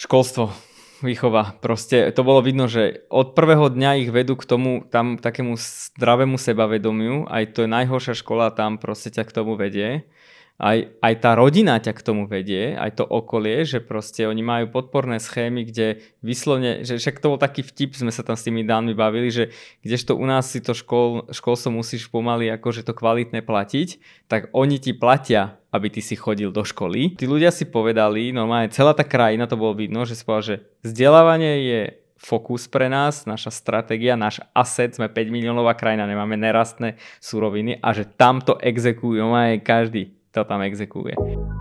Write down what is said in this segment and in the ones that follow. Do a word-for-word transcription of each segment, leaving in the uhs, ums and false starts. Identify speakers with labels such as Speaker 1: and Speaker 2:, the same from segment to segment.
Speaker 1: Školstvo, výchova. Proste to bolo vidno, že od prvého dňa ich vedú k tomu tam takému zdravému sebavedomiu. Aj to je najhoršia škola, tam proste ťa k tomu vedie. Aj, aj tá rodina ťa k tomu vedie, aj to okolie, že proste oni majú podporné schémy, kde vyslovne, že však to bol taký vtip, sme sa tam s tými dánmi bavili, že kdežto u nás si to škol, školstvo musíš pomaly akože to kvalitné platiť, tak oni ti platia, aby ty si chodil do školy. Tí ľudia si povedali, normálne celá tá krajina, to bolo vidno, že si povedal, že vzdelávanie je fokus pre nás, naša stratégia, náš asset, sme päť miliónová krajina, nemáme nerastné suroviny a že tamto exekujú aj každý. To tam exekuje.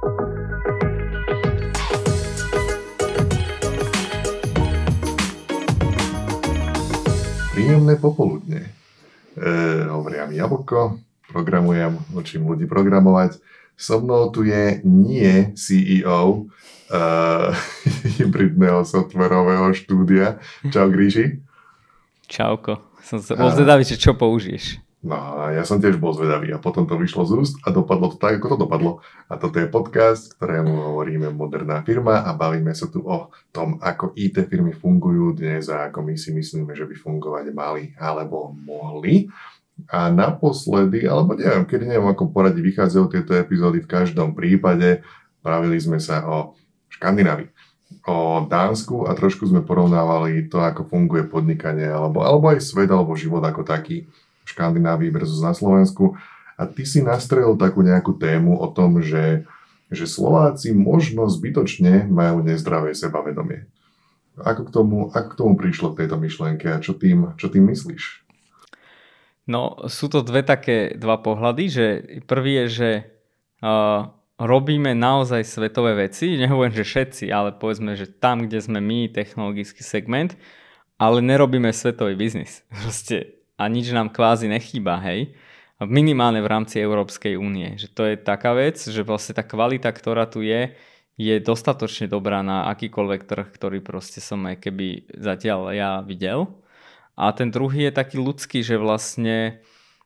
Speaker 2: Príjemné popoludne. E, hovorím Jablko, programujem, učím ľudí programovať. So mnou tu je nie C E O uh, hybridného softwarového štúdia. Čau Gríši.
Speaker 1: Čauko. Som sa bol zvedavý, čo použiješ.
Speaker 2: No a ja som tiež bol zvedavý a potom to vyšlo z úst a dopadlo to tak, ako to dopadlo. A toto je podcast, ktorému hovoríme Moderná firma a bavíme sa tu o tom, ako í té firmy fungujú dnes a ako my si myslíme, že by fungovať mali alebo mohli. A naposledy, alebo neviem, kedy neviem, ako poradí vychádzajú tieto epizódy, v každom prípade bavili sme sa o Škandinávii, o Dánsku a trošku sme porovnávali to, ako funguje podnikanie alebo, alebo aj svet, alebo život ako taký v Škandinávii versus na Slovensku. A ty si nastrelil takú nejakú tému o tom, že, že Slováci možno zbytočne majú nezdravé sebavedomie. Ako k tomu, ako k tomu prišlo k tejto myšlienke a čo tým, čo tým myslíš?
Speaker 1: No, sú to dve také dva pohľady, že prvý je, že uh, robíme naozaj svetové veci, nehovorím, že všetci, ale povedzme, že tam, kde sme my, technologický segment, ale nerobíme svetový biznis. Proste a nič nám kvázi nechýba, hej. Minimálne v rámci Európskej únie. Že to je taká vec, že vlastne tá kvalita, ktorá tu je, je dostatočne dobrá na akýkoľvek trh, ktorý proste som aj keby zatiaľ ja videl. A ten druhý je taký ľudský, že vlastne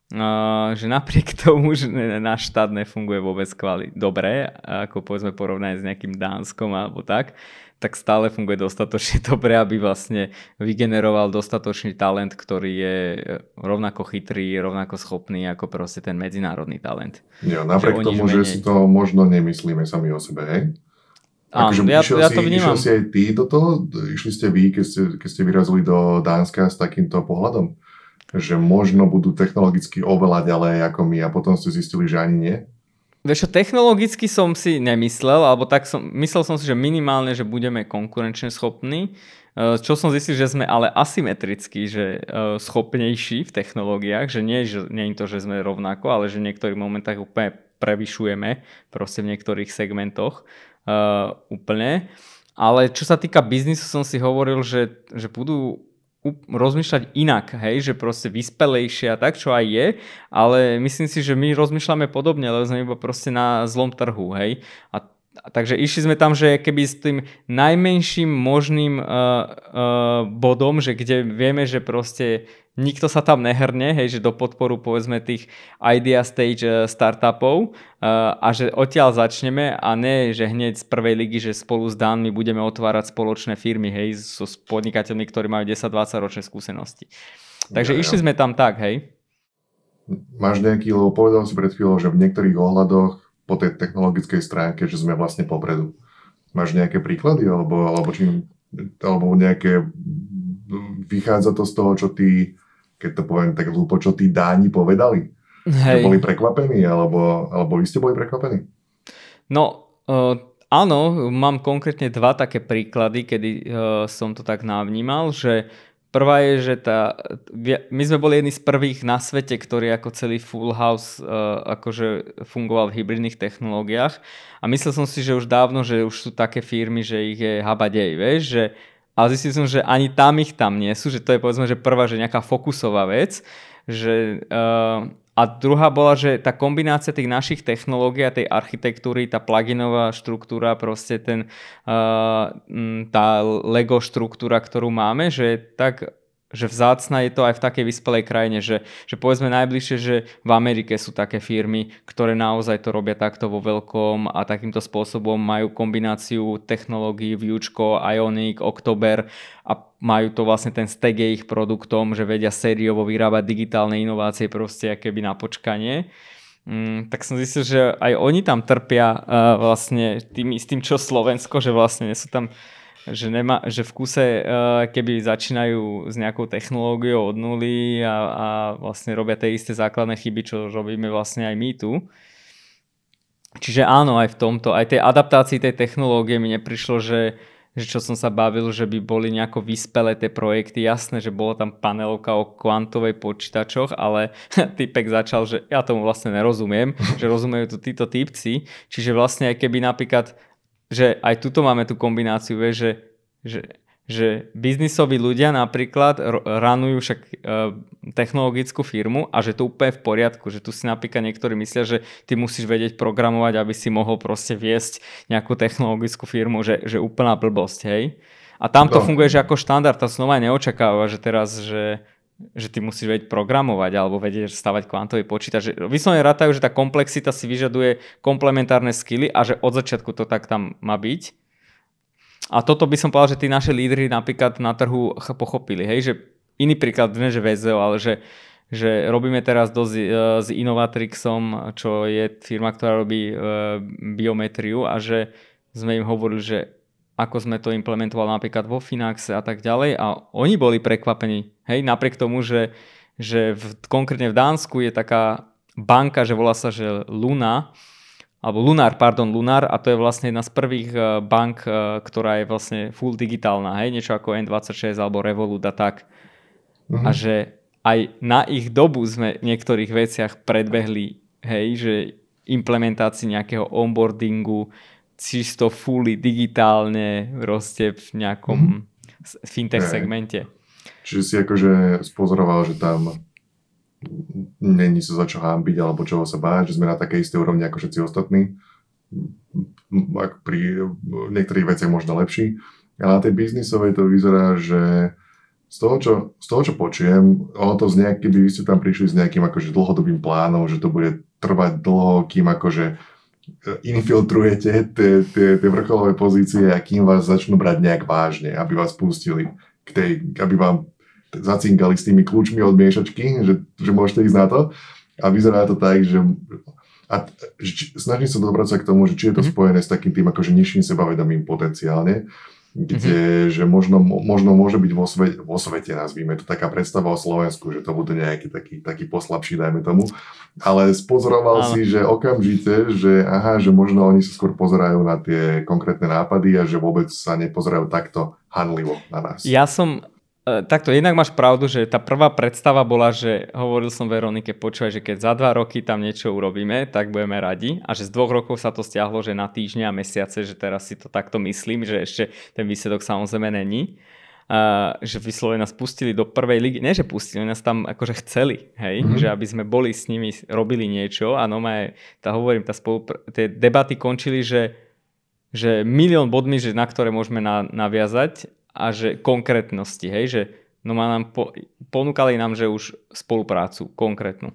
Speaker 1: uh, že napriek tomu, že náš štát nefunguje vôbec kvali- dobre, ako povedzme porovnať s nejakým Dánskom alebo tak, tak stále funguje dostatočne dobre, aby vlastne vygeneroval dostatočný talent, ktorý je rovnako chytrý, rovnako schopný ako proste ten medzinárodný talent.
Speaker 2: Jo, napriek že tomu, že menej... si to možno nemyslíme sami o sebe, hej?
Speaker 1: Áno, ja, ja to
Speaker 2: si,
Speaker 1: vnímam.
Speaker 2: Išiel si aj ty do toho? Išli ste vy, keď ste, keď ste vyrazili do Dánska s takýmto pohľadom? Že možno budú technologicky oveľa ďalej ako my a potom ste zistili, že ani nie?
Speaker 1: Vieš čo, technologicky som si nemyslel, alebo tak som, myslel som si, že minimálne, že budeme konkurenčne schopní. Čo som zistil, že sme ale asymetricky, že schopnejší v technológiách, že nie, že nie je to, že sme rovnako, ale že v niektorých momentách úplne prevyšujeme, proste v niektorých segmentoch uh, úplne. Ale čo sa týka biznisu, som si hovoril, že, že budú rozmýšľať inak, hej, že proste vyspelejšie a tak, čo aj je, ale myslím si, že my rozmýšľame podobne, lebo sme iba proste na zlom trhu, hej. A, a takže išli sme tam, že keby s tým najmenším možným uh, uh, bodom, že kde vieme, že proste nikto sa tam nehrne, hej, že do podporu povedzme tých idea stage uh, startupov uh, a že odtiaľ začneme a ne, že hneď z prvej ligy, že spolu s Dánmi budeme otvárať spoločné firmy, hej, so podnikateľmi, ktorí majú desať dvadsať ročné skúsenosti. Takže ja, išli ja. sme tam tak, hej.
Speaker 2: Máš nejaký, lebo povedal si pred chvíľou, že v niektorých ohľadoch po tej technologickej stránke, že sme vlastne popredu. Máš nejaké príklady, alebo, alebo, či, alebo nejaké, vychádza to z toho, čo ty, keď to poviem tak hlúpo, čo tí Dáni povedali? Hej. Že boli prekvapení, alebo, alebo vy ste boli prekvapení?
Speaker 1: No, uh, áno, mám konkrétne dva také príklady, kedy uh, som to tak navnímal, že prvá je, že tá, my sme boli jedni z prvých na svete, ktorí ako celý full house uh, akože fungoval v hybridných technológiách a myslel som si, že už dávno, že už sú také firmy, že ich je habadej, vieš, že ale zistil som, že ani tam ich tam nie sú, že to je povedzme, že prvá, že nejaká fokusová vec, že uh, a druhá bola, že tá kombinácia tých našich technológií a tej architektúry, tá pluginová štruktúra, proste ten, uh, tá Lego štruktúra, ktorú máme, že tak, že vzácna je to aj v takej vyspelej krajine, že, že povedzme najbližšie, že v Amerike sú také firmy, ktoré naozaj to robia takto vo veľkom a takýmto spôsobom majú kombináciu technológií Vuečko, Ioniq, Oktober a majú to vlastne ten stack je ich produktom, že vedia sériovo vyrábať digitálne inovácie proste akéby na počkanie. Mm, tak som zistil, že aj oni tam trpia uh, vlastne tým, s tým, čo Slovensko, že vlastne sú tam Že, nemá, že v kuse, keby začínajú s nejakou technológiou od nuly a, a vlastne robia tie isté základné chyby, čo robíme vlastne aj my tu. Čiže áno, aj v tomto, aj tej adaptácii tej technológie mi neprišlo, že, že čo som sa bavil, že by boli nejako vyspelé tie projekty. Jasné, že bolo tam panelovka o kvantovej počítačoch, ale typek začal, že ja tomu vlastne nerozumiem, že rozumejú to títo typci. Čiže vlastne aj keby napríklad že aj tuto máme tú kombináciu, vieš, že, že, že biznisoví ľudia napríklad ranujú však e, technologickú firmu a že to úplne v poriadku, že tu si napríklad niektorí myslia, že ty musíš vedieť programovať, aby si mohol proste viesť nejakú technologickú firmu, že, že úplná blbosť, hej. A tam to funguje, že ako štandard, to znova neočakáva, že teraz, že že ty musíš vedieť programovať alebo vedieť stavať kvantový počítač. Vyslovene rátajú, že tá komplexita si vyžaduje komplementárne skily a že od začiatku to tak tam má byť. A toto by som povedal, že tí naši lídri napríklad na trhu pochopili. Hej? Že iný príklad, ne že vé zet o, ale že, že robíme teraz dosť uh, s Innovatrixom, čo je firma, ktorá robí uh, biometriu a že sme im hovorili, že ako sme to implementovali napríklad vo Finaxe a tak ďalej a oni boli prekvapení. Hej, napriek tomu, že, že v, konkrétne v Dánsku je taká banka, že volá sa, že Luna, alebo Lunar, pardon, Lunar a to je vlastne jedna z prvých bank, ktorá je vlastne full digitálna, hej, niečo ako en dvadsaťšesť alebo Revolut a tak. Mhm. A že aj na ich dobu sme v niektorých veciach predbehli, hej, že implementácii nejakého onboardingu, čisto fully digitálne proste v nejakom mm-hmm. fintech segmente.
Speaker 2: Čiže si akože spozoroval, že tam není sa za čo hanbiť alebo čoho sa báť, že sme na takej istej úrovni ako všetci ostatní. Pri niektorých veciach možno lepší. Ale na tej biznisovej to vyzerá, že z toho, čo, z toho, čo počujem, ono to z nejak, keby vy ste tam prišli s nejakým akože dlhodobým plánom, že to bude trvať dlho, kým akože infiltrujete tie, tie, tie vrcholové pozície a kým vás začnú brať nejak vážne, aby vás pustili k tej, aby vám zacinkali s tými kľúčmi od miešačky, že, že môžete ísť na to. A vyzerá to tak, že a, či, snažím sa dopracovať k tomu, že či je to spojené s takým tým akože nižším sebavedomím potenciálne, kde, mm-hmm. že možno, možno môže byť vo svete, vo svete, nazvíme to, taká predstava o Slovensku, že to budú nejaký taký, taký poslabší, dajme tomu. Ale spozoroval ale... si, že okamžite, že aha, že možno oni sa skôr pozerajú na tie konkrétne nápady a že vôbec sa nepozerajú takto hanlivo na nás.
Speaker 1: Ja som... Takto, jednak máš pravdu, že tá prvá predstava bola, že hovoril som Veronike, počúvaj, že keď za dva roky tam niečo urobíme, tak budeme radi a že z dvoch rokov sa to stiahlo, že na týždne a mesiace, že teraz si to takto myslím, že ešte ten výsledok samozrejme není. Uh, že vyslovene nás pustili do prvej ligy, ne že pustili, nás tam akože chceli, hej, mm-hmm. že aby sme boli s nimi, robili niečo a no aj, tá hovorím, tá spolupr- tie debaty končili, že, že milión bodmi, že na ktoré môžeme na, naviazať a že konkrétnosti, hej, že no má nám po, ponúkali nám, že už spoluprácu konkrétnu.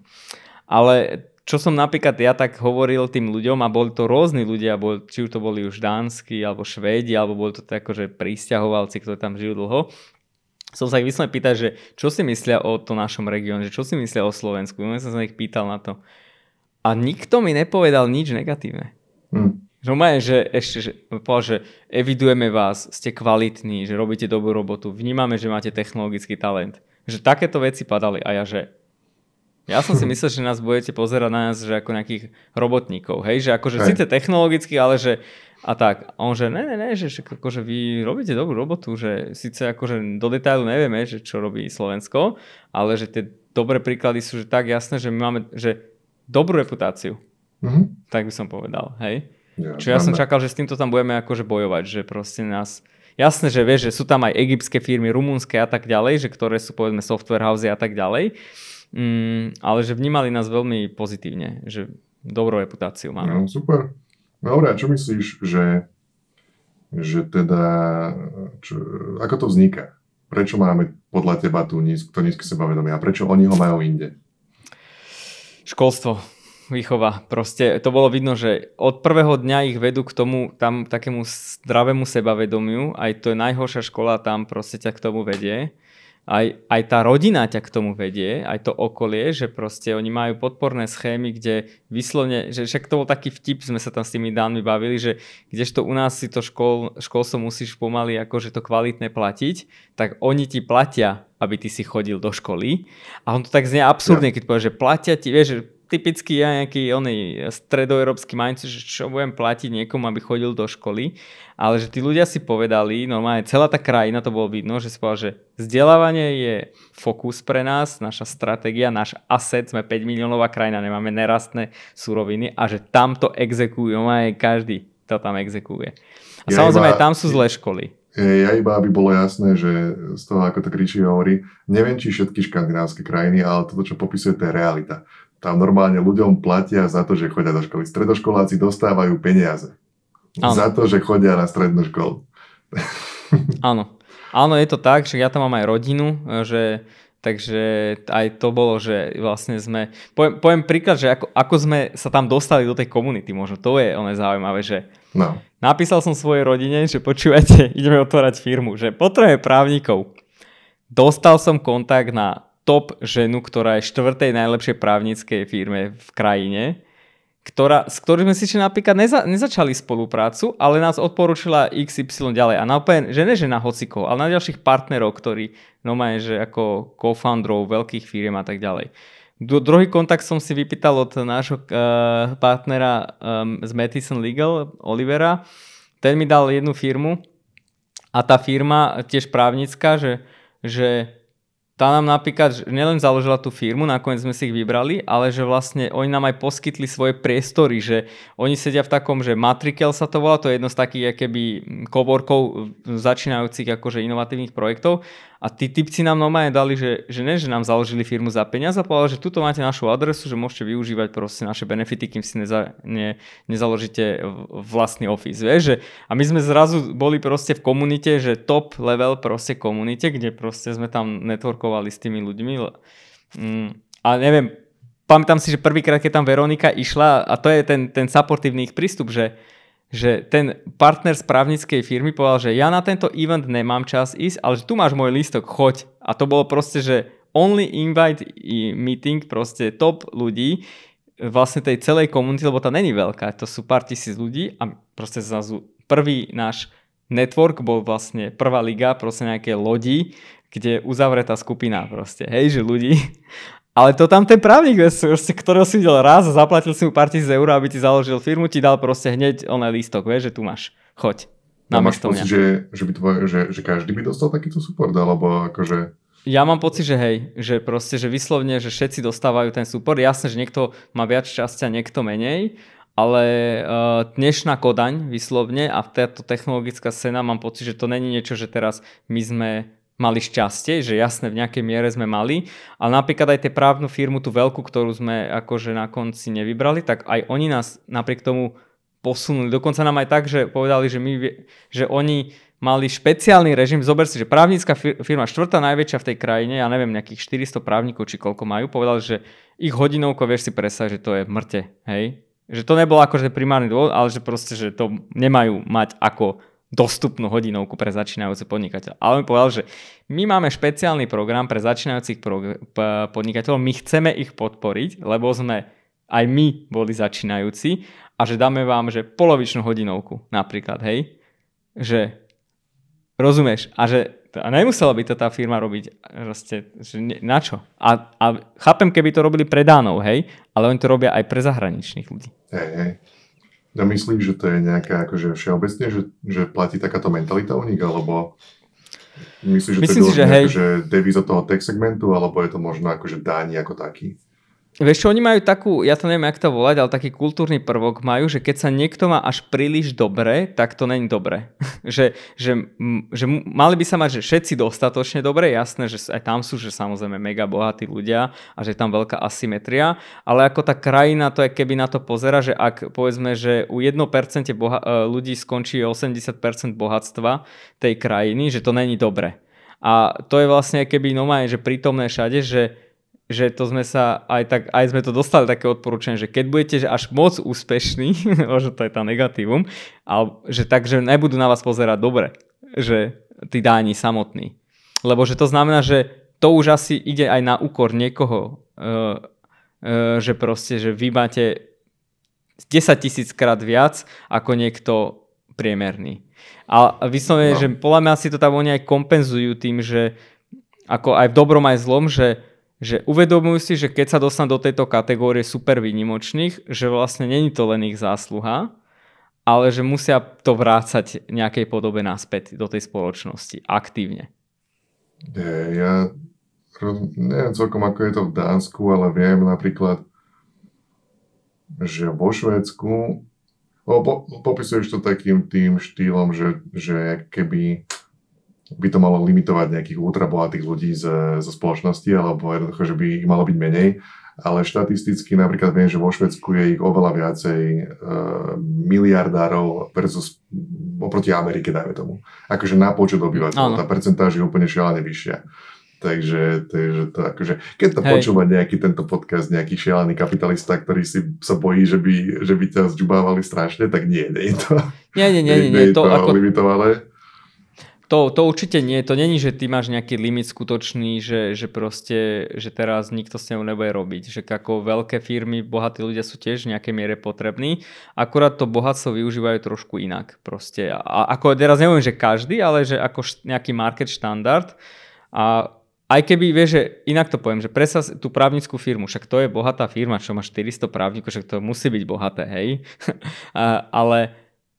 Speaker 1: Ale čo som napríklad ja tak hovoril tým ľuďom a boli to rôzni ľudia, bol, či už to boli už dánsky, alebo Švédi, alebo boli to tak akože prisťahovalci, ktorí tam žijú dlho, som sa ich vyslovene pýtať, že čo si myslia o to našom regióne, že čo si myslia o Slovensku. Ja som sa ich pýtal na to. A nikto mi nepovedal nič negatívne. Hmm. Že majú, že ešte, že, povedal, že evidujeme vás, ste kvalitní, že robíte dobrú robotu, vnímame, že máte technologický talent. Že takéto veci padali a ja, že ja som si myslel, že nás budete pozerať na nás, že ako nejakých robotníkov, hej, že akože síce technologicky, ale že a tak. A on, že ne, ne, ne, že akože vy robíte dobrú robotu, že síce akože do detailu nevieme, že čo robí Slovensko, ale že tie dobré príklady sú, že tak jasné, že my máme, že dobrú reputáciu. Mm-hmm. Tak by som povedal, hej. Ja, Čiže ja som čakal, že s týmto tam budeme akože bojovať, že proste nás... Jasné, že vieš, že sú tam aj egyptské firmy, rumunské a tak ďalej, že ktoré sú povedzme software housey a tak ďalej, mm, ale že vnímali nás veľmi pozitívne, že dobrú reputáciu máme.
Speaker 2: No, super. Dobre, a čo myslíš, že, že teda... Čo, ako to vzniká? prečo máme podľa teba tú nízku, to nízke sebavedomie a prečo oni ho majú inde?
Speaker 1: Školstvo, výchova. Proste to bolo vidno, že od prvého dňa ich vedú k tomu tam takému zdravému sebavedomiu. Aj to je najhoršia škola, tam proste ťa k tomu vedie. Aj, aj tá rodina ťa k tomu vedie, aj to okolie, že proste oni majú podporné schémy, kde vyslovne, že však to bol taký vtip, sme sa tam s tými dánmi bavili, že kdežto u nás si to škol, školstvo musíš pomaly akože to kvalitné platiť, tak oni ti platia, aby ty si chodil do školy. A on to tak znie absurdne, keď povie, že platia ti, vieš, že typický ja nejaký oný stredoeurópsky mindset, že čo budem platiť niekomu, aby chodil do školy, ale že tí ľudia si povedali, normálne celá tá krajina, to bolo vidno, že si povedal, že vzdelávanie je fokus pre nás, naša stratégia, náš asset, sme päť miliónová krajina, nemáme nerastné suroviny a že tam to exekujú, aj každý to tam exekuje. A ja samozrejme iba, aj tam sú zlé školy.
Speaker 2: Ja iba, aby bolo jasné, že z toho, ako to Kriči hovorí, neviem, či všetky škandinávske krajiny, ale toto, čo popisuje, to je realita. Tam normálne ľuďom platia za to, že chodia do školy. Stredoškoláci dostávajú peniaze. Áno. Za to, že chodia na strednú školu.
Speaker 1: Áno. Áno, je to tak, že ja tam mám aj rodinu, že takže aj to bolo, že vlastne sme... Poviem, poviem príklad, že ako, ako sme sa tam dostali do tej komunity, možno to je ono zaujímavé, že
Speaker 2: no.
Speaker 1: Napísal som svojej rodine, že počúvajte, ideme otvárať firmu, že potrebujeme právnikov. Dostal som kontakt na top ženu, ktorá je štvrtej najlepšej právnickej firme v krajine, ktorá, s ktorou sme si napríklad neza, nezačali spoluprácu, ale nás odporúčila iks ypsilon ďalej. A naopak, že ne, že na hocikov, ale na ďalších partnerov, ktorí normálne, že ako co-founderov veľkých firiem a tak ďalej. Druhý kontakt som si vypýtal od nášho uh, partnera um, z Matheson Legal, Olivera. Ten mi dal jednu firmu a tá firma, tiež právnická, že, že tá nám napríklad nielen založila tú firmu, nakoniec sme si ich vybrali, ale že vlastne oni nám aj poskytli svoje priestory, že oni sedia v takom, že Matrikel sa to volá, to je jedno z takých keby coworkov začínajúcich akože inovatívnych projektov. A tí typci nám normálne dali, že, že ne, že nám založili firmu za peniaze a povedali, že tuto máte našu adresu, že môžete využívať proste naše benefity, kým si neza, ne, nezaložíte vlastný office. Vieš? Že, a my sme zrazu boli proste v komunite, že top level proste komunite, kde proste sme tam networkovali s tými ľuďmi. Mm, a neviem, pamätám si, že prvýkrát, keď tam Veronika išla, a to je ten, ten supportívny ich prístup, že že ten partner z právnickej firmy povedal, že ja na tento event nemám čas ísť, ale že tu máš môj lístok, choď. A to bolo proste, že only invite meeting, proste top ľudí vlastne tej celej komunity, lebo tá není veľká, to sú pár tisíc ľudí a proste zrazu prvý náš network bol vlastne prvá liga, proste nejaké lodi, kde je uzavretá skupina proste, hej, že ľudí. Ale to tam ten právnik, ktorého si videl raz a zaplatil si mu pár tisíc eur, aby ti založil firmu, ti dal proste hneď oný lístok, vieš, že tu máš, choď.
Speaker 2: No máš pocit, že, že, by to, že, že každý by dostal takýto support, alebo akože...
Speaker 1: Ja mám pocit, že hej, že proste, že vyslovne, že všetci dostávajú ten support. Jasné, že niekto má viac šťastia, niekto menej, ale uh, dnešná Kodaň vyslovne a táto technologická scéna mám pocit, že to není niečo, že teraz my sme mali šťastie, že jasne v nejakej miere sme mali, ale napríklad aj tie právnu firmu, tú veľkú, ktorú sme akože na konci nevybrali, tak aj oni nás napriek tomu posunuli. Dokonca nám aj tak, že povedali, že, my, že oni mali špeciálny režim. Zober si, že právnická firma, štvrtá najväčšia v tej krajine, ja neviem, nejakých štyristo právnikov, či koľko majú, povedali, že ich hodinovko, vieš si predstaviť, že to je mŕte, hej? Že to nebolo akože primárny dôvod, ale že proste, že to nemajú mať ako dostupnú hodinovku pre začínajúce podnikateľov. Ale on povedal, že my máme špeciálny program pre začínajúcich prog- p- podnikateľov, my chceme ich podporiť, lebo sme aj my boli začínajúci a že dáme vám, že polovičnú hodinovku napríklad, hej? Že rozumieš? A že a nemusela by to tá firma robiť proste, že ne, na čo? A, a chápem, keby to robili pre Dánov, hej? Ale oni to robia aj pre zahraničných ľudí.
Speaker 2: Hej, hej. Ja myslím, že to je nejaká akože všeobecne, že, že platí takáto mentalita u nich, alebo myslíš, že
Speaker 1: myslím
Speaker 2: to je
Speaker 1: si, že hej.
Speaker 2: Akože devíza toho tech segmentu, alebo je to možno akože dáni ako taký?
Speaker 1: Vieš čo, oni majú takú, ja to neviem, jak to volať, ale taký kultúrny prvok majú, že keď sa niekto má až príliš dobre, tak to není dobre. že, že, že mali by sa mať, že všetci dostatočne dobre, jasné, že aj tam sú, že samozrejme mega bohatí ľudia a že je tam veľká asymetria, ale ako tá krajina, to je keby na to pozera, že ak povedzme, že u jedno percento boha- ľudí skončí osemdesiat percent bohatstva tej krajiny, že to není dobre. A to je vlastne keby normálne, že prítomné všade, že, že to sme sa aj tak, aj sme to dostali také odporúčanie, že keď budete že až moc úspešní, možno to je tá negatívum, ale že takže nebudú na vás pozerať dobre, že tí dáni samotní. Lebo že to znamená, že to už asi ide aj na úkor niekoho, uh, uh, že proste, že vy máte desaťtisíc krát viac ako niekto priemerný. A vyslovene, no. že podľa mňa si to tam oni aj kompenzujú tým, že ako aj v dobrom aj zlom, že, že uvedomujú si, že keď sa dostanú do tejto kategórie super výnimočných, že vlastne není to len ich zásluha, ale že musia to vrácať nejakej podobe naspäť do tej spoločnosti aktívne.
Speaker 2: Nie, ja neviem celkom, ako je to v Dánsku, ale viem napríklad, že vo Švédsku, po, popisuješ to takým tým štýlom, že, že keby by to malo limitovať nejakých ultrabohatých ľudí z, zo spoločnosti, alebo jednoducho, že by ich malo byť menej, ale štatisticky napríklad viem, že vo Švédsku je ich oveľa viacej e, miliardárov versus oproti Amerike, dajme tomu. Akože na počet obyvateľov, tá percentáž je úplne šialené vyššia. Takže, takže to akože, keď to počúva nejaký tento podcast, nejaký šialený kapitalista, ktorý si sa bojí, že by, že by ťa zďubávali strašne, tak nie, nie je to,
Speaker 1: nie, nie, nie, nie, nie,
Speaker 2: nie je to,
Speaker 1: to ako,
Speaker 2: limitované.
Speaker 1: To, to určite nie, to není, že ty máš nejaký limit skutočný, že, že proste, že teraz nikto s ňou nebude robiť, že ako veľké firmy, bohatí ľudia sú tiež v nejakej miere potrební, akurát to bohatstvo využívajú trošku inak proste. A ako teraz neviem, že každý, ale že ako nejaký market štandard. A aj keby, vieš, že inak to poviem, že predstav tú právnickú firmu, však to je bohatá firma, čo má štyristo právnikov, však to musí byť bohaté, hej. a, ale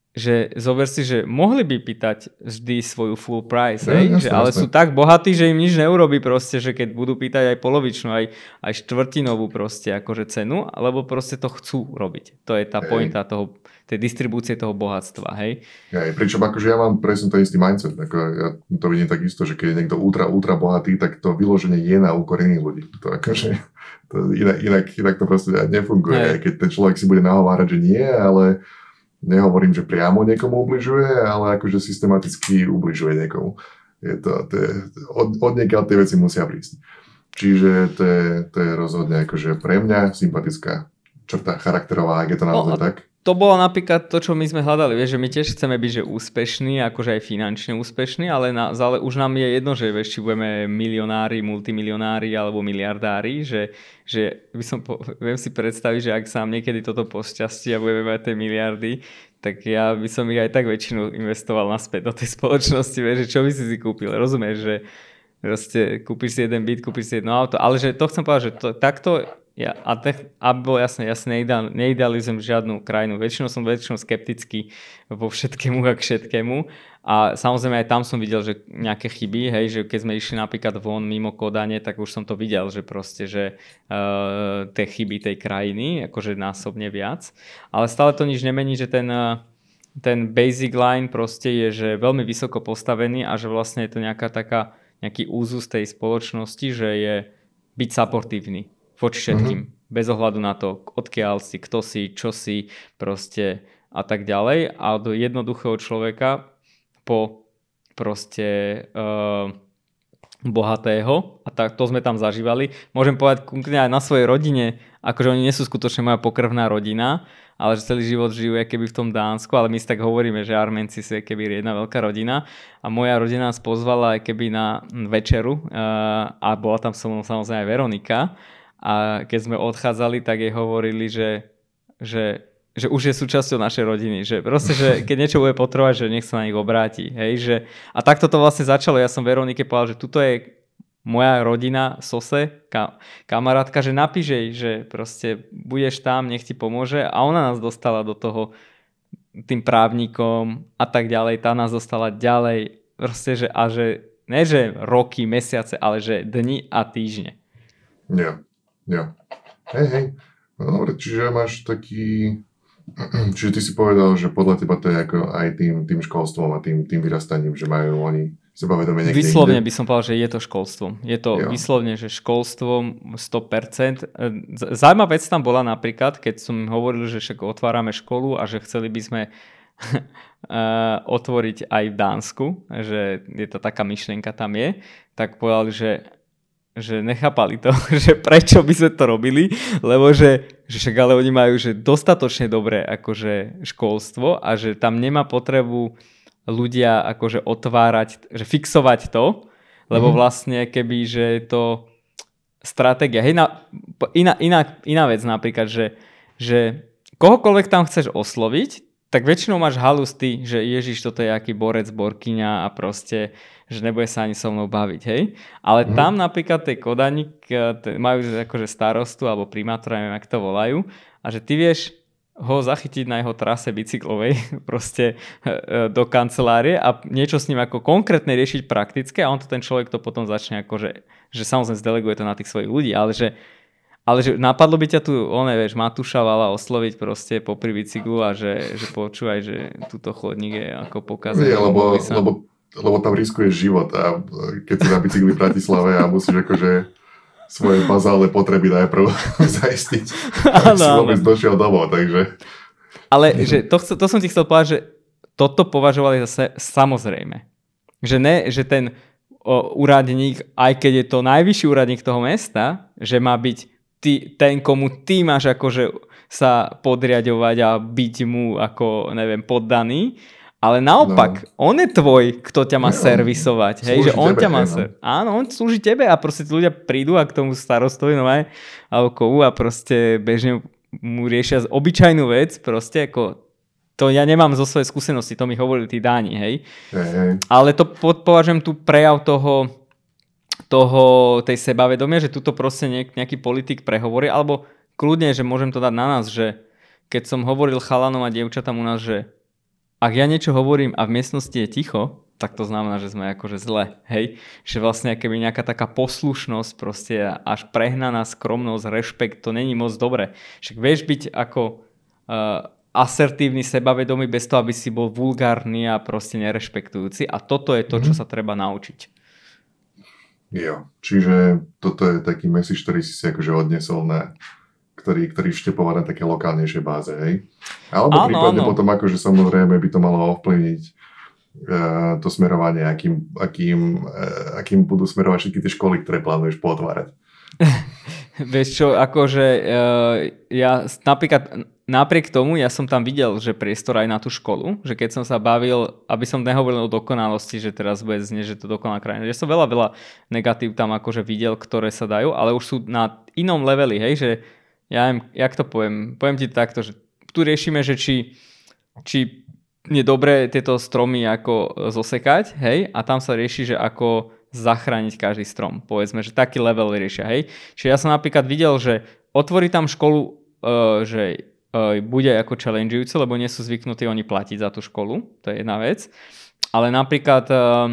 Speaker 1: že zober si, že mohli by pýtať vždy svoju full price, ja, hej? Jasne, že, ale jasne. Sú tak bohatí, že im nič neurobí proste, že keď budú pýtať aj polovičnú, aj, aj štvrtinovú proste akože cenu, alebo proste to chcú robiť. To je tá hej. pointa toho, tej distribúcie toho bohatstva, hej.
Speaker 2: Hej, pričom akože ja mám presne ten istý mindset, ako ja to vidím takisto, že keď je niekto ultra, ultra bohatý, tak to vyloženie je na úkor iných ľudí. To akože, to inak, inak, inak to proste nefunguje. Hej. Keď ten človek si bude nahovárať, že nie, ale nehovorím, že priamo niekomu ubližuje, ale akože systematicky ubližuje niekomu. Je to, to je, od, od niekiaľ tie veci musia prísť. Čiže to je, to je rozhodne akože pre mňa sympatická črta charakterová, ak je to naozaj no, tak.
Speaker 1: To bolo napríklad to, čo my sme hľadali, vieš, že my tiež chceme byť že úspešní, akože aj finančne úspešní, ale, na, ale už nám je jedno, že vieš, či budeme milionári, multimilionári alebo miliardári, že, že by som po, viem si predstaviť, že ak sa nám niekedy toto pošťastí a budeme mať tie miliardy, tak ja by som ich aj tak väčšinu investoval naspäť do tej spoločnosti, vieš, že čo by si si kúpil, rozumieš, že proste kúpiš si jeden byt, kúpiš si jedno auto, ale že to chcem povedať, že to, takto ja, a te, aby bolo jasné, ja si neideal, neidealizujem žiadnu krajinu. Väčšinou som väčšinou skeptický vo všetkému a k všetkému. A samozrejme aj tam som videl, že nejaké chyby, hej, že keď sme išli napríklad von mimo Kodane, tak už som to videl, že proste, že uh, tie chyby tej krajiny, akože násobne viac. Ale stále to nič nemení, že ten, uh, ten basic line proste je, že veľmi vysoko postavený a že vlastne je to nejaká taká, nejaký úzus tej spoločnosti, že je byť supportívny voči všetkým, mm-hmm. bez ohľadu na to, odkiaľ si, kto si, čo si, proste a tak ďalej. A do jednoduchého človeka po proste uh, bohatého, a tak to sme tam zažívali. Môžem povedať konkrétne aj na svojej rodine, akože oni nie sú skutočne moja pokrvná rodina, ale že celý život žijú keby v tom Dánsku, ale my si tak hovoríme, že Arménci sú keby jedna veľká rodina a moja rodina nás pozvala keby na večeru uh, a bola tam so mnou samozrejme aj Veronika. A keď sme odchádzali, tak jej hovorili, že, že, že už je súčasťou našej rodiny. Že proste, že keď niečo bude potrebovať, že nech sa na nich obráti. Hej, že, a takto to vlastne začalo. Ja som Veronike povedal, že tuto je moja rodina, Sose, ka, kamarátka, že napíš jej, že proste budeš tam, nech ti pomôže. A ona nás dostala do toho tým právnikom a tak ďalej. Tá nás dostala ďalej. Proste, že, a že ne, že roky, mesiace, ale že dni a týždne.
Speaker 2: Nie. Jo. Hej, hej. No dobre, čiže máš taký... Čiže ty si povedal, že podľa teba to je ako aj tým, tým školstvom a tým, tým vyrastaním, že majú oni sebavedomie niekde
Speaker 1: Vyslovne
Speaker 2: inde.
Speaker 1: by som povedal, že je to školstvom. Je to
Speaker 2: jo.
Speaker 1: Vyslovne, že školstvom sto percent. Zaujímavá vec tam bola napríklad, keď som hovoril, že však otvárame školu a že chceli by sme otvoriť aj v Dánsku, že je to taká myšlienka tam je, tak povedali, že, že nechápali to, že prečo by sme to robili, lebo že, že však ale oni majú že dostatočne dobré akože školstvo a že tam nemá potrebu ľudia akože otvárať, že fixovať to, lebo mm. vlastne keby, že je to stratégia. Hej, na, iná, iná, iná vec napríklad, že, že kohokoľvek tam chceš osloviť, tak väčšinou máš halus ty, že Ježiš, toto je aký borec, borkyňa a proste, že nebude sa ani so mnou baviť, hej. Ale mm. tam napríklad tej Kodani majú akože starostu alebo primátora, neviem, jak to volajú, a že ty vieš ho zachytiť na jeho trase bicyklovej proste do kancelárie a niečo s ním ako konkrétne riešiť praktické a on to ten človek to potom začne akože, že samozrejme zdeleguje to na tých svojich ľudí, ale že Ale že napadlo by ťa tu, oné, vieš, Matúša Vala osloviť proste popri bicyklu a že, že počúvaj, že túto chodník je ako pokazený.
Speaker 2: Nie, lebo, sa... lebo, lebo tam riskuješ život a keď si na bicykli v Bratislave a musíš akože svoje bazálne potreby najprv zaistiť, aby si vôbec došiel domov, takže...
Speaker 1: Ale že to, to som ti chcel povedať, že toto považovali za samozrejme. Že ne, že ten o, úradník, aj keď je to najvyšší úradník toho mesta, že má byť Ty, ten, komu ty máš akože sa podriadovať a byť mu ako, neviem, poddaný, ale naopak, no. on je tvoj, kto ťa má no, servisovať, hej, že on tebe, ťa má ser... no. Áno, on slúži tebe a proste tí ľudia prídu a k tomu starostovi, no aj, alebo kovu a proste bežne mu riešia obyčajnú vec, proste ako, to ja nemám zo svojej skúsenosti, to mi hovorili tí Dáni, hej,
Speaker 2: hej, hej.
Speaker 1: Ale to považujem tu prejav toho toho, tej sebavedomia, že tuto proste nejak, nejaký politik prehovorí, alebo kľudne, že môžem to dať na nás, že keď som hovoril chalanom a dievčatám u nás, že ak ja niečo hovorím a v miestnosti je ticho, tak to znamená, že sme akože zle, hej? Že vlastne keby nejaká taká poslušnosť, proste až prehnaná skromnosť, rešpekt, to není moc dobre. Však vieš byť ako uh, asertívny, sebavedomý bez toho, aby si bol vulgárny a proste nerešpektujúci a toto je to, čo sa treba naučiť.
Speaker 2: Jo, čiže toto je taký message, ktorý si si akože odnesol na, ktorý, ktorý štepoval na také lokálnejšie báze, hej? Alebo áno, prípadne áno. Potom akože samozrejme by to malo ovplyvniť uh, to smerovanie, akým, akým, uh, akým budú smerovať všetky tie školy, ktoré plánuješ potvárať.
Speaker 1: Vieš čo, akože uh, ja napríklad napriek tomu, ja som tam videl, že priestor aj na tú školu, že keď som sa bavil, aby som nehovoril o dokonalosti, že teraz bude znieť, že to dokonalá krajina, že som veľa, veľa negatív tam akože videl, ktoré sa dajú, ale už sú na inom leveli, hej, že ja neviem, jak to poviem, poviem ti takto, že tu riešime, že či, či je dobré tieto stromy ako zosekať, hej, a tam sa rieši, že ako zachrániť každý strom, povedzme, že taký level riešia, hej. Čiže ja som napríklad videl, že otvorí tam školu, uh, že bude ako challengeujúce, lebo nie sú zvyknutí oni platiť za tú školu, to je jedna vec. Ale napríklad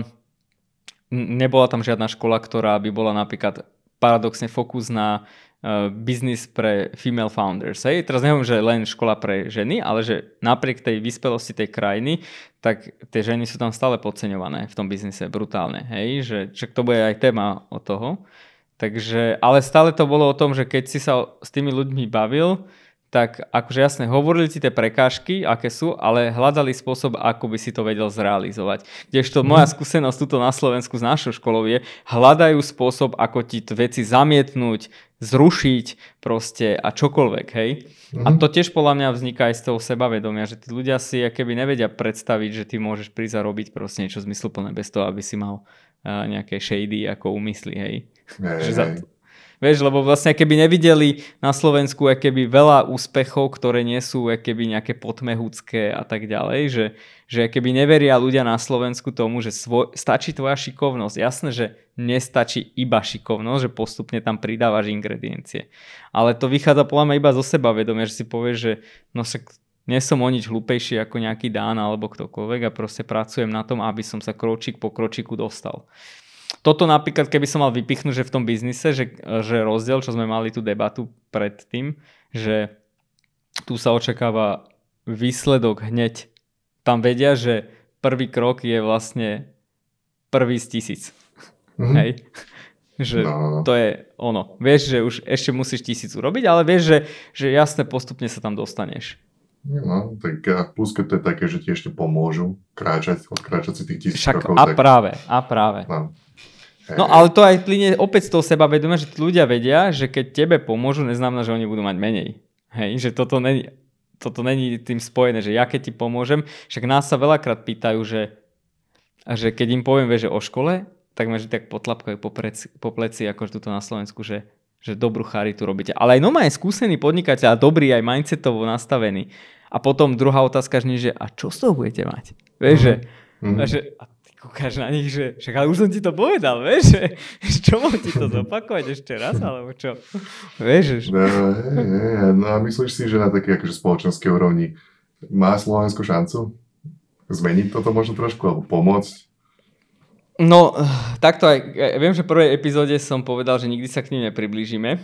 Speaker 1: nebola tam žiadna škola, ktorá by bola napríklad paradoxne fokus na biznis pre female founders. Hej. Teraz neviem, že len škola pre ženy, ale že napriek tej vyspelosti tej krajiny, tak tie ženy sú tam stále podceňované v tom biznise brutálne. Hej. Že, že to bude aj téma od toho. Takže, ale stále to bolo o tom, že keď si sa s tými ľuďmi bavil, tak akože jasne, hovorili si tie prekážky, aké sú, ale hľadali spôsob, ako by si to vedel zrealizovať. Kdežto moja skúsenosť tuto na Slovensku s našou školou je, hľadajú spôsob, ako ti veci zamietnúť, zrušiť proste a čokoľvek, hej. Mm-hmm. A to tiež podľa mňa vzniká aj z toho sebavedomia, že tí ľudia si akéby nevedia predstaviť, že ty môžeš prísť a robiť proste niečo zmysluplné bez toho, aby si mal uh, nejaké shady ako úmysly, hej.
Speaker 2: Hej,
Speaker 1: že
Speaker 2: hej.
Speaker 1: Za to, vieš, lebo vlastne keby nevideli na Slovensku keby veľa úspechov, ktoré nie sú keby nejaké potmehúcké a tak ďalej, že, že keby neveria ľudia na Slovensku tomu, že svoj, stačí tvoja šikovnosť. Jasné, že nestačí iba šikovnosť, že postupne tam pridávaš ingrediencie. Ale to vychádza podľa mňa iba zo sebavedomia, že si povieš, že no však nie som o nič hlúpejší ako nejaký Dán alebo ktokoľvek a proste pracujem na tom, aby som sa kročík po kročíku dostal. Toto napríklad, keby som mal vypichnúť, že v tom biznise, že, že rozdiel, čo sme mali tú debatu predtým, že tu sa očakáva výsledok hneď. Tam vedia, že prvý krok je vlastne prvý z tisíc. Mm-hmm. Hej? Že no. To je ono. Vieš, že už ešte musíš tisíc urobiť, ale vieš, že, že jasne postupne sa tam dostaneš.
Speaker 2: No, tak a plus, keď to je také, že ti ešte pomôžu kráčať, odkráčať si tých tisíc
Speaker 1: Však
Speaker 2: rokov.
Speaker 1: a
Speaker 2: tak...
Speaker 1: práve, a práve.
Speaker 2: No. Hej,
Speaker 1: No ale to aj plyne opäť z toho sebavedomia, že tí ľudia vedia, že keď tebe pomôžu, neznamená, že oni budú mať menej. Hej, že toto není, toto není tým spojené, že ja keď ti pomôžem, však nás sa veľakrát pýtajú, že, že keď im poviem, vieš, že o škole, tak ma že tak potlapkajú po, preci, po pleci, akože tuto na Slovensku, že, že dobrú charitu robíte. Ale aj normálne skúsený podnikateľ a dobrý aj mindsetovo nastavený. A potom druhá otázka že, a čo z toho budete mať? Vieš, mm-hmm. že, mm-hmm. že a ty kúkáš na nich, že však ale už som ti to povedal, vieš, že čo mám ti to zopakovať ešte raz, alebo čo? Vieš, že...
Speaker 2: No, je, je, no a myslíš si, že na takej akože spoločenskej úrovni má Slovensko šancu zmeniť toto možno trošku, alebo pomôcť?
Speaker 1: No, takto aj, ja viem, že v prvej epizóde som povedal, že nikdy sa k ním nepriblížime,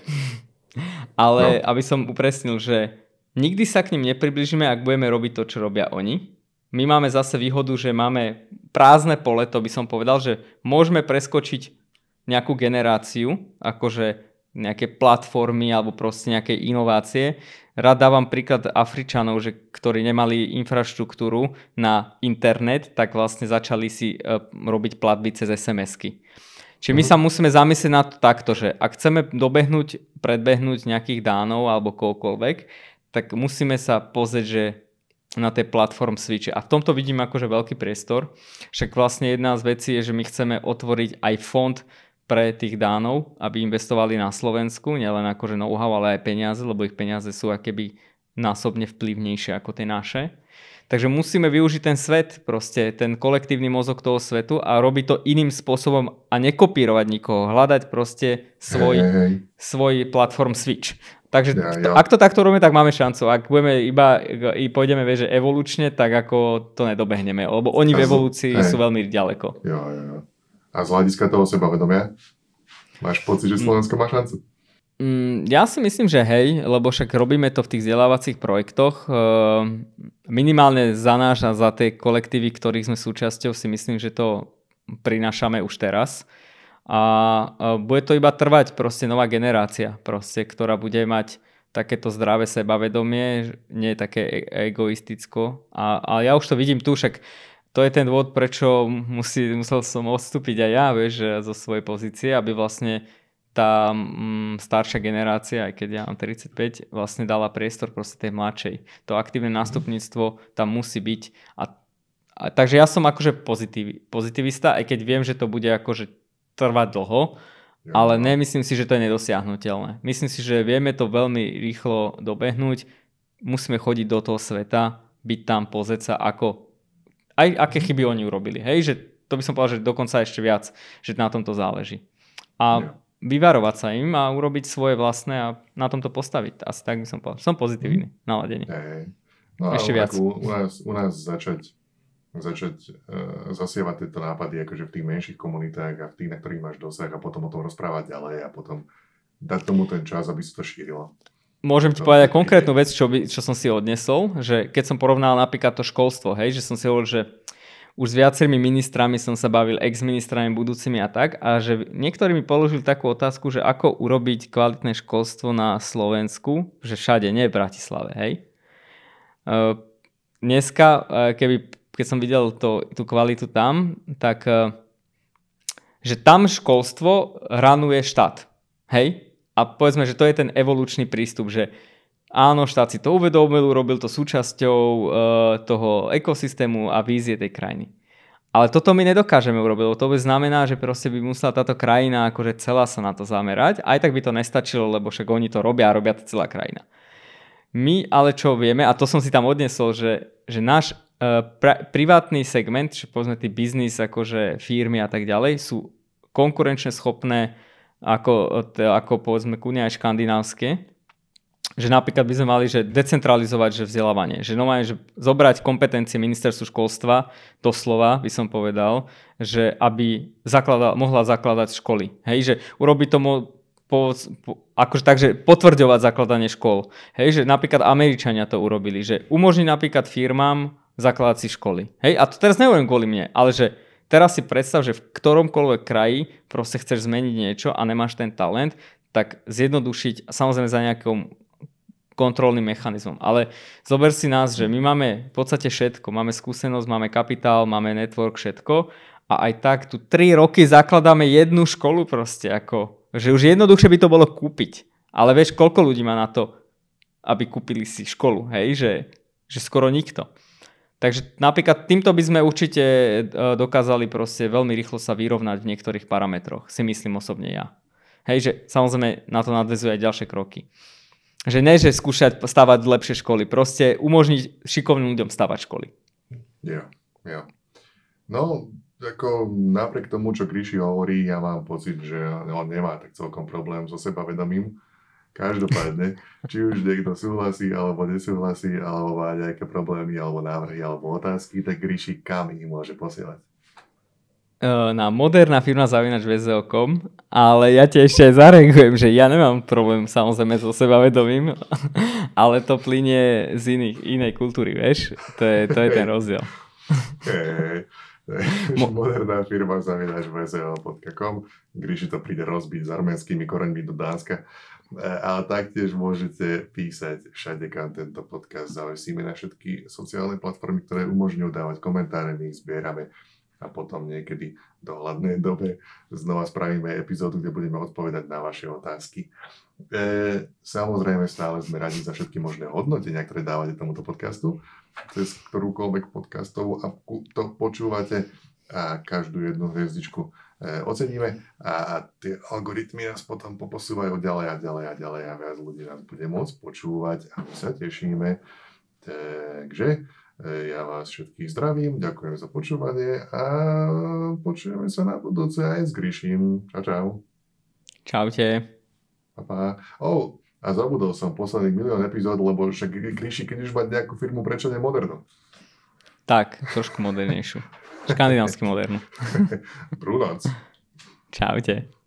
Speaker 1: ale no. Aby som upresnil, že nikdy sa k ním nepriblížime, ak budeme robiť to, čo robia oni. My máme zase výhodu, že máme prázdne pole, to by som povedal, že môžeme preskočiť nejakú generáciu, akože nejaké platformy alebo proste nejaké inovácie. Rád dávam príklad Afričanov, že, ktorí nemali infraštruktúru na internet, tak vlastne začali si uh, robiť platby cez es em esky. Čiže my sa musíme zamyslieť na to takto, že ak chceme dobehnúť, predbehnúť nejakých Dánov alebo kohokoľvek, tak musíme sa pozrieť, že na tej platform switche. A v tomto vidím akože veľký priestor. Však vlastne jedna z vecí je, že my chceme otvoriť aj fond pre tých Dánov, aby investovali na Slovensku, nielen akože know-how, ale aj peniaze, lebo ich peniaze sú akéby násobne vplyvnejšie ako tie naše. Takže musíme využiť ten svet, proste ten kolektívny mozog toho svetu a robiť to iným spôsobom a nekopírovať nikoho, hľadať proste svoj, hey, hey. svoj platform switch. Takže ja, ja. Ak to takto robíme, tak máme šancu. Ak budeme iba i pôjdeme vieš, že evolučne, tak ako to nedobehneme. Lebo oni v evolúcii z... sú veľmi ďaleko.
Speaker 2: Jo, jo, jo. A z hľadiska toho sebavedomia? Máš pocit, že Slovensko má šancu?
Speaker 1: Mm, ja si myslím, že hej, lebo však robíme to v tých vzdelávacích projektoch. Minimálne za náš a za tie kolektívy, ktorých sme súčasťou, si myslím, že to prinášame už teraz. A bude to iba trvať proste nová generácia, proste, ktorá bude mať takéto zdravé sebavedomie, nie také egoisticko. A, a ja už to vidím tu, však to je ten dôvod, prečo musí, musel som odstúpiť aj ja, vieš, zo svojej pozície, aby vlastne tá mm, staršia generácia, aj keď ja mám tridsaťpäť, vlastne dala priestor proste tej mladšej. To aktívne nástupníctvo tam musí byť. A, a, takže ja som akože pozitív, pozitivista, aj keď viem, že to bude akože trvať dlho, ja, ale nemyslím si, že to je nedosiahnuteľné. Myslím si, že vieme to veľmi rýchlo dobehnúť. Musíme chodiť do toho sveta, byť tam, pozrieť sa, ako, aj aké chyby oni urobili. Hej, že to by som povedal, že dokonca ešte viac, že na tomto záleží. A ja. vyvarovať sa im a urobiť svoje vlastné a na tomto postaviť. Asi tak by som povedal. Som pozitívny, naladený.
Speaker 2: Hey. No
Speaker 1: ešte viac.
Speaker 2: U, u, nás, u nás začať začať uh, zasievať tieto nápady akože v tých menších komunitách a v tých, na ktorých máš dosah a potom o tom rozprávať ďalej a potom dať tomu ten čas, aby sa to šírilo.
Speaker 1: Môžem ti to povedať konkrétnu vec, čo, by, čo som si odnesol, že keď som porovnal napríklad to školstvo, hej, že som si hovoril, že už s viacerými ministrami som sa bavil, ex-ministrami budúcimi a tak, a že niektorí mi položili takú otázku, že ako urobiť kvalitné školstvo na Slovensku, že všade, nie v Bratislave, hej. Uh, dneska, uh, keby keď som videl to, tú kvalitu tam, tak že tam školstvo hranuje štát. Hej? A povedzme, že to je ten evolučný prístup, že áno, štát si to uvedomil, robil to súčasťou uh, toho ekosystému a vízie tej krajiny. Ale toto my nedokážeme urobiť, to by znamená, že proste by musela táto krajina akože celá sa na to zamerať. Aj tak by to nestačilo, lebo však oni to robia a robia to celá krajina. My ale čo vieme, a to som si tam odnesol, že, že náš Pra, privátny segment, čiže povedzme tí biznis, akože firmy a tak ďalej, sú konkurenčne schopné ako, ako povedzme kúne aj škandinávske. Že napríklad by sme mali že decentralizovať že vzdelávanie. Že normálne, že zobrať kompetencie ministerstvu školstva, doslova by som povedal, že aby zakladal, mohla zakladať školy. Hej, že urobiť tomu po, po, akože tak, že potvrďovať zakladanie škôl. Hej, že napríklad Američania to urobili, že umožní napríklad firmám zakladať si školy. Hej, a to teraz nehovorím kvôli mne, ale že teraz si predstav, že v ktoromkoľvek kraji proste chceš zmeniť niečo a nemáš ten talent, tak zjednodušiť, samozrejme za nejakou kontrolným mechanizmom. Ale zober si nás, že my máme v podstate všetko. Máme skúsenosť, máme kapitál, máme network, všetko. A aj tak tu tri roky zakladáme jednu školu proste. Ako, že už jednoduchšie by to bolo kúpiť. Ale vieš, koľko ľudí má na to, aby kúpili si školu, hej? Že, že skoro nikto. Takže napríklad týmto by sme určite dokázali proste veľmi rýchlo sa vyrovnať v niektorých parametroch, si myslím osobne ja. Hej, že samozrejme na to nadväzujú aj ďalšie kroky. Že ne, že skúšať stavať lepšie školy, proste umožniť šikovným ľuďom stavať školy.
Speaker 2: Jo, jo. No, ako napriek tomu, čo Gríši hovorí, ja mám pocit, že on nemá tak celkom problém so sebavedomím. Každopádne, či už niekto súhlasí, alebo nesúhlasí, alebo má nejaké problémy, alebo návrhy, alebo otázky, tak Gríši kam ich môže posielať?
Speaker 1: Na moderná firma zavínač vé zet o bodka com, ale ja ti ešte aj zareagujem, že ja nemám problém samozrejme so sebavedomím, ale to plynie z iných, inej kultúry, vieš? To je, to je ten rozdiel.
Speaker 2: Hey. Moderná firma zavínač vé zet o bodka com. Gríši to príde rozbiť s arménskymi koreňmi do Dánska. Ale taktiež môžete písať všade, kam tento podcast zavesíme na všetky sociálne platformy, ktoré umožňujú dávať komentáre, my ich zbierame a potom niekedy v dohľadnej dobe znova spravíme epizódu, kde budeme odpovedať na vaše otázky. E, samozrejme stále sme radi za všetky možné hodnotenia, ktoré dávate tomuto podcastu, cez ktorúkoľvek podcastovú apku to počúvate a každú jednu hviezdičku oceníme a tie algoritmy nás potom poposúvajú ďalej a ďalej a ďalej a viac ľudí nás bude môcť počúvať a my sa tešíme. Takže ja vás všetkých zdravím, ďakujem za počúvanie a počujeme sa na budúce aj s Gríšim. Čau, čau.
Speaker 1: Čaute.
Speaker 2: Pa, pa. Oh, a zabudol som posledných milión epizód, lebo však Gríši, keď už mať nejakú firmu, prečo nie modernú?
Speaker 1: Tak, trošku modernejšiu. Škandinávsky modernú.
Speaker 2: Prúnoc.
Speaker 1: Čaute.